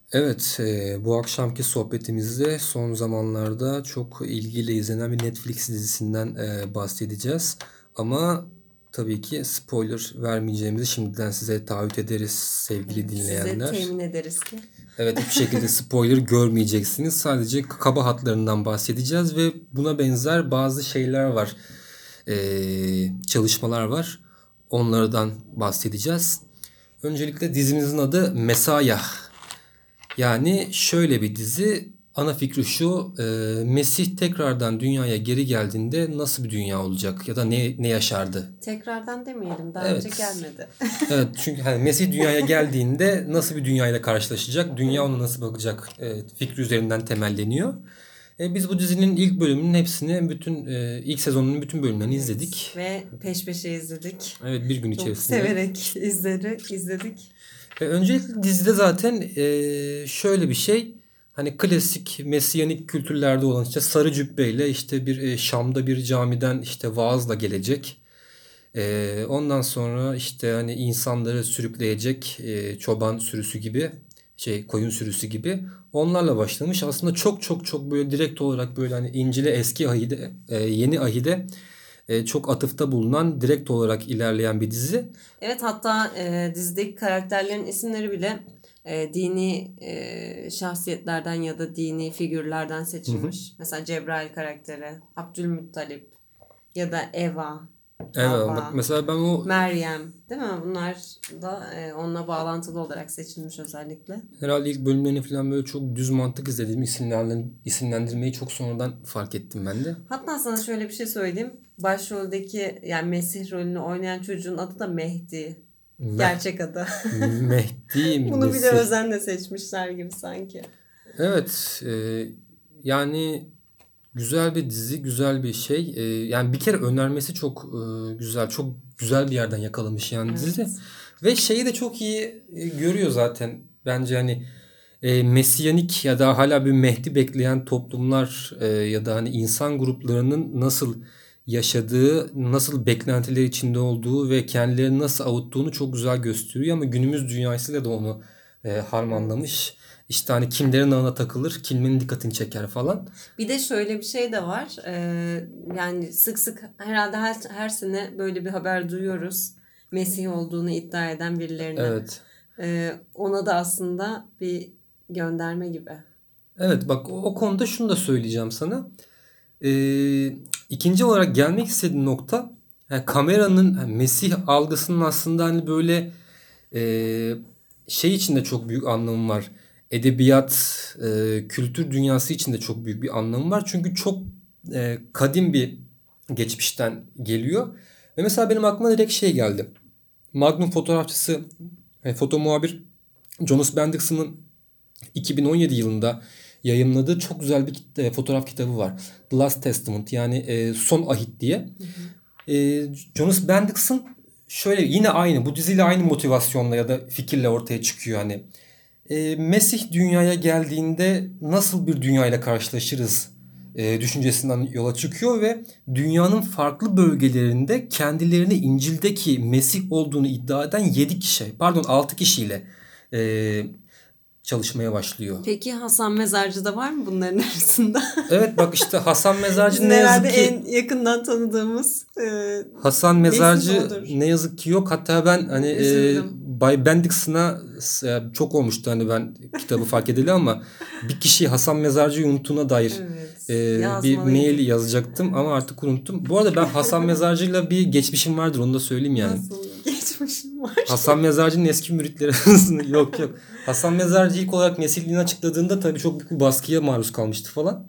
Evet, bu akşamki sohbetimizde son zamanlarda çok ilgiyle izlenen bir Netflix dizisinden bahsedeceğiz. Ama tabii ki spoiler vermeyeceğimizi şimdiden size taahhüt ederiz sevgili Size dinleyenler. temin ederiz ki. Evet, hiçbir şekilde spoiler görmeyeceksiniz. Sadece kaba hatlarından bahsedeceğiz ve buna benzer bazı şeyler var. Çalışmalar var. Onlardan bahsedeceğiz. Öncelikle dizimizin adı Mesaya. Yani şöyle bir dizi. Ana fikri şu. Mesih tekrardan dünyaya geri geldiğinde nasıl bir dünya olacak ya da ne yaşardı? Tekrardan demeyelim. Daha önce Evet. gelmedi. Evet, çünkü hani Mesih dünyaya geldiğinde nasıl bir dünyayla karşılaşacak? Dünya ona nasıl bakacak? Fikri üzerinden temelleniyor. Biz bu dizinin ilk bölümünün hepsini ilk sezonunun bütün bölümlerini Evet. izledik. Ve peş peşe izledik. Evet, bir gün Çok içerisinde. severek izledik. Öncelikle dizide zaten şöyle bir şey. Hani klasik Mesiyanik kültürlerde olan işte sarı cübbeyle işte Şam'da bir camiden işte vaazla gelecek. Ondan sonra işte hani insanları sürükleyecek çoban sürüsü gibi koyun sürüsü gibi onlarla başlamış. Aslında çok çok çok böyle direkt olarak böyle hani İncil'e eski ahide yeni ahide çok atıfta bulunan direkt olarak ilerleyen bir dizi. Evet, hatta dizideki karakterlerin isimleri bile dini şahsiyetlerden ya da dini figürlerden Hı hı. seçilmiş. Mesela Cebrail karakteri, Abdülmuttalip ya da Eva, Evet, bak Havva, mesela ben o Meryem, değil mi? Bunlar da onunla bağlantılı olarak seçilmiş özellikle. herhalde ilk bölümlerini falan böyle çok düz mantık izlediğim isimlendirmeyi çok sonradan fark ettim ben de. Hatta sana şöyle bir şey söyleyeyim. Başroldeki yani Mesih rolünü oynayan çocuğun adı da Mehdi. Meh, Gerçek adı. Mehdi Bunu bile Mesih. özenle seçmişler gibi sanki. Evet, yani güzel bir dizi, güzel bir şey. Yani bir kere önermesi çok güzel, çok güzel bir yerden yakalamış yani dizi. Evet. Ve şeyi de çok iyi görüyor zaten. Bence hani Mesiyanik ya da hala bir Mehdi bekleyen toplumlar ya da hani insan gruplarının nasıl yaşadığı, nasıl beklentiler içinde olduğu ve kendilerini nasıl avuttuğunu çok güzel gösteriyor ama günümüz dünyasıyla da onu Evet. harmanlamış. İşte hani kimlerin ağına takılır, kimin dikkatini çeker falan. Bir de şöyle bir şey de var. Yani sık sık herhalde her sene böyle bir haber duyuyoruz. Mesih olduğunu iddia eden birilerine. Evet. Ona da aslında bir gönderme gibi. Evet, bak o konuda şunu da söyleyeceğim sana. İkinci olarak gelmek istediğim nokta yani kameranın hani Mesih algısının aslında hani böyle e, şey içinde çok büyük anlamı var. Edebiyat, kültür dünyası içinde çok büyük bir anlamı var. Çünkü çok kadim bir geçmişten geliyor. Ve mesela benim aklıma direkt şey geldi. Magnum fotoğrafçısı, foto muhabir Jonas Bendixon'ın 2017 yılında yayımladığı çok güzel bir fotoğraf kitabı var. The Last Testament yani Son Ahit diye. Hı hı. Jonas Bendixson şöyle yine aynı bu diziyle aynı motivasyonla ya da fikirle ortaya çıkıyor hani. Mesih dünyaya geldiğinde nasıl bir dünyayla karşılaşırız düşüncesinden yola çıkıyor ve dünyanın farklı bölgelerinde kendilerini İncil'deki Mesih olduğunu iddia eden 6 kişiyle e, çalışmaya başlıyor. Peki Hasan Mezarcı da var mı bunların arasında? Evet, bak işte Hasan Mezarcı Bizim ne herhalde yazık ki en yakından tanıdığımız Hasan Mesih Mezarcı odur. ne yazık ki yok. Hatta ben hani Üzüldüm. Bay Bendixson'a çok olmuştu hani ben kitabı fark edeli ama bir kişi Hasan Mezarcı'yı unuttuğuna dair Evet. bir mail Yazmalıydık. yazacaktım ama Evet. artık unuttum. Bu arada ben Hasan Mezarcı'yla bir geçmişim vardır, onu da söyleyeyim yani. Nasıl geçmişim var? Hasan Mezarcı'nın eski müritleri arasında yok yok. Hasan Mezarcı ilk olarak Mesihliğini açıkladığında tabii çok büyük bir baskıya maruz kalmıştı falan.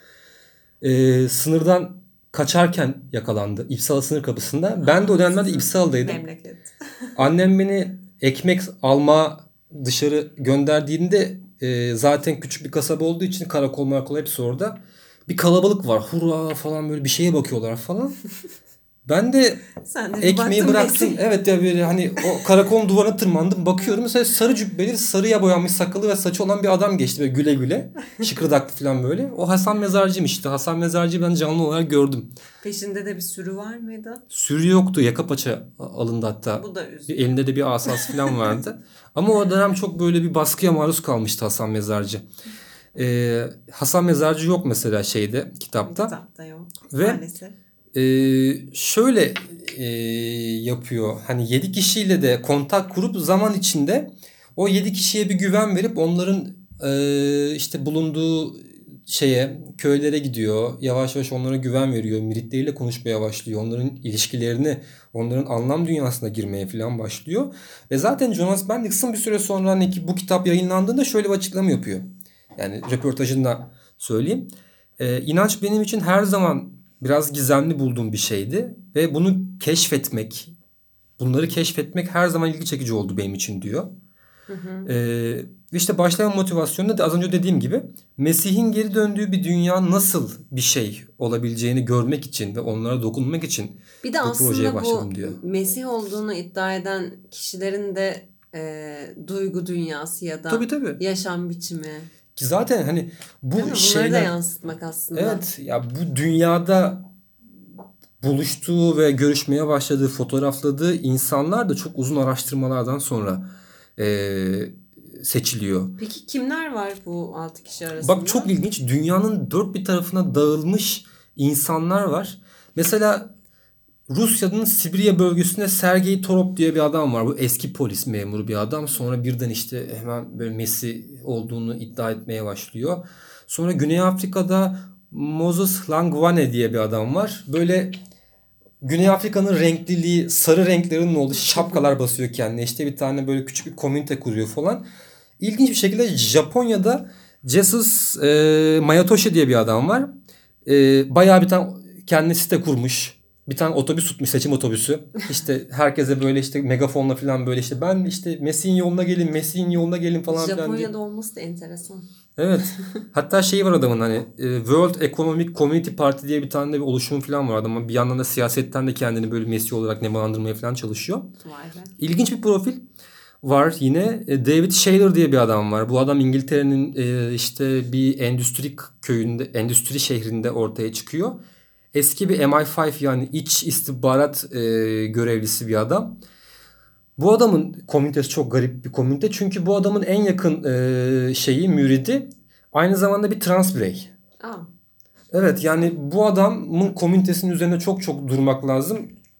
Sınırdan kaçarken yakalandı. İpsala sınır kapısında. Ben de o Aa, dönemlerde sizin İpsala'daydım. memleket. Annem beni ekmek alma dışarı gönderdiğinde zaten küçük bir kasaba olduğu için karakol hepsi orada. Bir kalabalık var. Hurra falan böyle bir şeye bakıyorlar falan. Ben de Sen de ekmeği bıraktım. Mesih. Evet ya, böyle hani o karakolun duvarına tırmandım. Bakıyorum mesela sarı cübbeli, sarıya boyanmış sakalı ve saçı olan bir adam geçti böyle güle güle. Şıkırdaklı falan böyle. O Hasan Mezarcı'ymış işte. Hasan Mezarcı'yı ben canlı olarak gördüm. Peşinde de bir sürü var mıydı? Sürü yoktu. Yaka paça alındı hatta. Bu da üzücü. Elinde de bir asası falan vardı. Ama o dönem çok böyle bir baskıya maruz kalmıştı Hasan Mezarcı. Hasan Mezarcı yok mesela şeyde, kitapta. Kitapta yok. Ve maalesef. Şöyle yapıyor. Hani 7 kişiyle de kontak kurup zaman içinde o 7 kişiye bir güven verip onların işte bulunduğu köylere gidiyor. Yavaş yavaş onlara güven veriyor. Müritleriyle konuşmaya başlıyor. Onların ilişkilerini, onların anlam dünyasına girmeye falan başlıyor. Ve zaten Jonas Bendixen bir süre sonra hani bu kitap yayınlandığında şöyle bir açıklama yapıyor. Yani röportajında söyleyeyim. İnanç benim için her zaman biraz gizemli bulduğum bir şeydi. Ve bunu bunları keşfetmek her zaman ilgi çekici oldu benim için diyor. İşte başlayan motivasyonu da az önce dediğim gibi Mesih'in geri döndüğü bir dünya nasıl bir şey olabileceğini görmek için ve onlara dokunmak için bir de bu projeye aslında başladım diyor. bu Mesih olduğunu iddia eden kişilerin de duygu dünyası ya da Tabii. yaşam biçimi. Ki zaten hani bu Bunları şeyler da yansıtmak aslında. Evet ya, bu dünyada buluştuğu ve görüşmeye başladığı, fotoğrafladığı insanlar da çok uzun araştırmalardan sonra seçiliyor. Peki kimler var bu 6 kişi arasında? Bak çok ilginç. Dünyanın dört bir tarafına dağılmış insanlar var. Mesela Rusya'nın Sibirya bölgesinde Sergey Torop diye bir adam var. Bu eski polis memuru bir adam. Sonra birden işte hemen böyle Mesih olduğunu iddia etmeye başlıyor. Sonra Güney Afrika'da Moses Langwane diye bir adam var. Böyle Güney Afrika'nın renkliliği, sarı renklerinin olduğu şapkalar basıyor kendine. İşte bir tane böyle küçük bir komünite kuruyor falan. İlginç bir şekilde Japonya'da Jesus Mayatoshi diye bir adam var. Bayağı bir tane kendine site kurmuş. Bir tane otobüs tutmuş, seçim otobüsü. İşte herkese böyle işte megafonla falan böyle işte ben işte Mesih'in yoluna gelin falan filan diye. Japonya'da olması da enteresan. Evet. Hatta şey var adamın hani World Economic Community Party diye bir tane de bir oluşum falan var adamın. Bir yandan da siyasetten de kendini böyle Mesih olarak nemalandırmaya falan çalışıyor. Vay be. İlginç bir profil var yine. David Shayler diye bir adam var. Bu adam İngiltere'nin işte bir endüstri şehrinde ortaya çıkıyor. Eski bir MI5 yani iç istihbarat görevlisi bir adam. Bu adamın komünitesi çok garip bir komünite. Çünkü bu adamın en yakın müridi aynı zamanda bir trans birey. Aa. Evet yani bu adamın komünitesinin üzerine çok durmak lazım.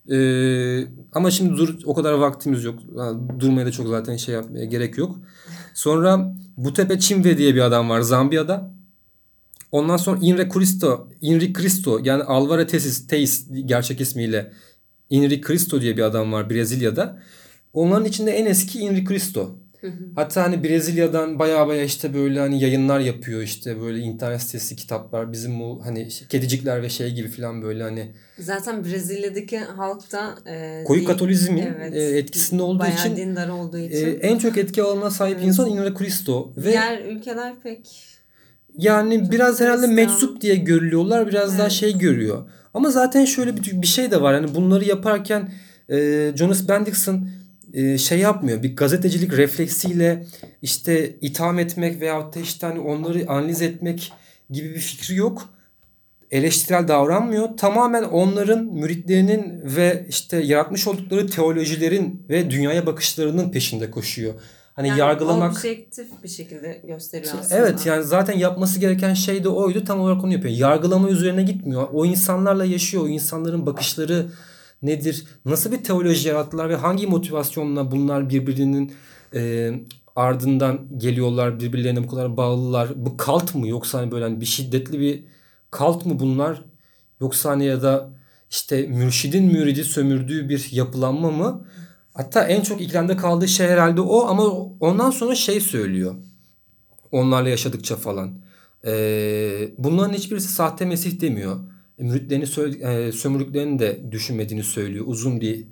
Ama şimdi o kadar vaktimiz yok. Durmaya da çok zaten yapmaya gerek yok. Sonra Butepe Chimwe diye bir adam var Zambiya'da. Ondan sonra Inri Cristo yani Alvaro Teis gerçek ismiyle Inri Cristo diye bir adam var Brezilya'da. Onların içinde en eski Inri Cristo. Hatta hani Brezilya'dan baya işte böyle hani yayınlar yapıyor işte böyle internet sitesi kitaplar bizim bu hani kedicikler ve gibi falan böyle hani. Zaten Brezilya'daki halk da koyu Katolizmin etkisinde olduğu için bayağı dindar olduğu için en çok etki alanına sahip insan Inri Cristo. Diğer ülkeler pek yani biraz herhalde meczup diye görülüyorlar biraz daha görüyor. Ama zaten şöyle bir şey de var hani bunları yaparken Jonas Bendixen yapmıyor. Bir gazetecilik refleksiyle işte itham etmek veyahut da işte hani onları analiz etmek gibi bir fikri yok. Eleştirel davranmıyor. Tamamen onların müritlerinin ve işte yaratmış oldukları teolojilerin ve dünyaya bakışlarının peşinde koşuyor. Hani yani yargılamak objektif bir şekilde gösteriyor aslında. Evet yani zaten yapması gereken şey de oydu. Tam olarak onu yapıyor. Yargılama üzerine gitmiyor. O insanlarla yaşıyor. O insanların bakışları nedir? Nasıl bir teoloji yarattılar ve hangi motivasyonla bunlar birbirinin ardından geliyorlar, birbirlerine bu kadar bağlılar. Bu kalt mı yoksa hani böyle hani bir şiddetli bir kalt mı bunlar? Yoksa hani ya da işte mürşidin müridi sömürdüğü bir yapılanma mı? Hatta en çok ikilemde kaldığı şey herhalde o ama ondan sonra söylüyor. Onlarla yaşadıkça falan. Bunların hiçbirisi sahte Mesih demiyor. Müritlerini sömürdüklerini de düşünmediğini söylüyor. Uzun bir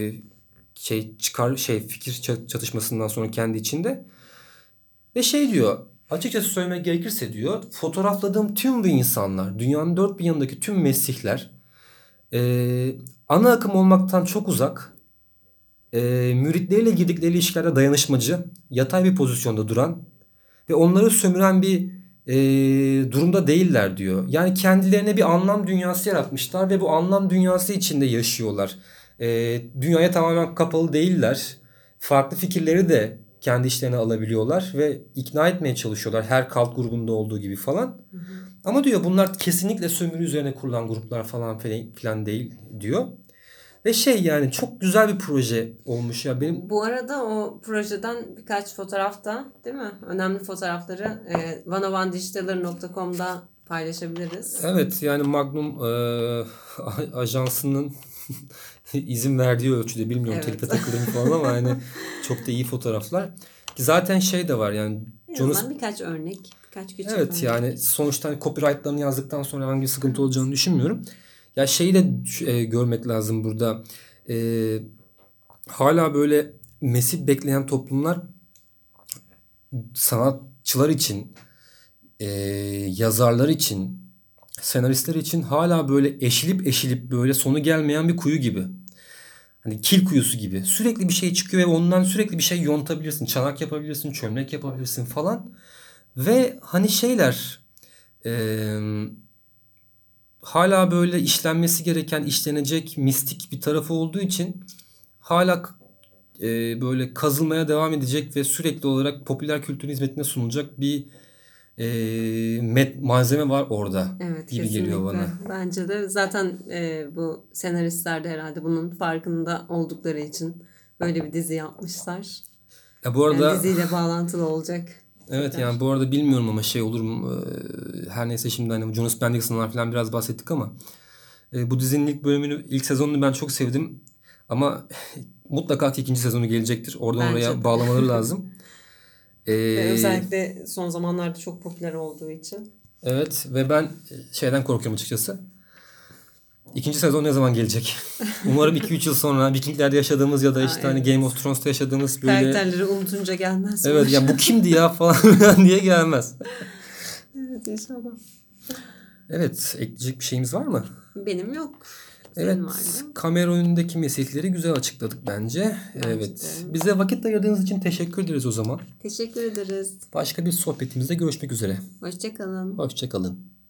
fikir çatışmasından sonra kendi içinde. Ve diyor, açıkçası söylemek gerekirse diyor, fotoğrafladığım tüm bu insanlar, dünyanın dört bir yanındaki tüm Mesihler Ana akım olmaktan çok uzak, müritleriyle girdikleri ilişkilerde dayanışmacı, yatay bir pozisyonda duran ve onları sömüren bir durumda değiller diyor. Yani kendilerine bir anlam dünyası yaratmışlar ve bu anlam dünyası içinde yaşıyorlar. Dünyaya tamamen kapalı değiller. Farklı fikirleri de kendi işlerine alabiliyorlar ve ikna etmeye çalışıyorlar her kalt grubunda olduğu gibi falan. Hı hı. Ama diyor bunlar kesinlikle sömürü üzerine kurulan gruplar falan filan değil diyor. Ve yani çok güzel bir proje olmuş ya benim. Bu arada o projeden birkaç fotoğraf da, değil mi? Önemli fotoğrafları vanavandigital'lar.com'da paylaşabiliriz. Evet yani Magnum ajansının izin verdiği ölçüde, bilmiyorum Evet. telife takılır mı falan ama hani çok da iyi fotoğraflar. Ki zaten şey de var yani En azından birkaç örnek, birkaç küçük evet örnek. yani sonuçta hani copyrightlarını yazdıktan sonra hangi sıkıntı olacağını düşünmüyorum. Ya şeyi de görmek lazım burada. Hala böyle Mesih bekleyen toplumlar sanatçılar için, yazarlar için, senaristler için hala böyle eşilip böyle sonu gelmeyen bir kuyu gibi. Hani kil kuyusu gibi. Sürekli bir şey çıkıyor ve ondan sürekli bir şey yontabilirsin. Çanak yapabilirsin, çömlek yapabilirsin falan. Ve hani hala böyle işlenmesi gereken, işlenecek mistik bir tarafı olduğu için hala böyle kazılmaya devam edecek ve sürekli olarak popüler kültürün hizmetine sunulacak bir malzeme var orada Evet, gibi kesinlikle. geliyor bana. Bence de zaten bu senaristler de herhalde bunun farkında oldukları için böyle bir dizi yapmışlar. Ya bu Yani arada diziyle bağlantılı olacak. evet Tekrar. yani bu arada bilmiyorum ama olur mu? Her neyse şimdi hani Jonas Bendixon'dan falan biraz bahsettik ama bu dizinin ilk bölümünü, ilk sezonunu ben çok sevdim. Ama mutlaka ki ikinci sezonu gelecektir. Oradan Bence oraya de. bağlamaları lazım. Ve E, özellikle son zamanlarda çok popüler olduğu için. evet ve ben şeyden korkuyorum açıkçası. İkinci sezon ne zaman gelecek? Umarım 2-3 yıl sonra Vikinglerde yaşadığımız ya da işte hani Game Evet. of Thrones'ta yaşadığımız böyle Karakterleri unutunca gelmez evet umarım. ya bu kimdi ya falan diye gelmez. Evet, inşallah. Evet, ekleyecek bir şeyimiz var mı? Benim yok. Senin var Evet, mı? kamera önündeki meseleleri güzel açıkladık bence. Bence Evet, de. bize vakit ayırdığınız için teşekkür ederiz o zaman. Teşekkür ederiz. Başka bir sohbetimizde görüşmek üzere. Hoşça kalın. Hoşça kalın.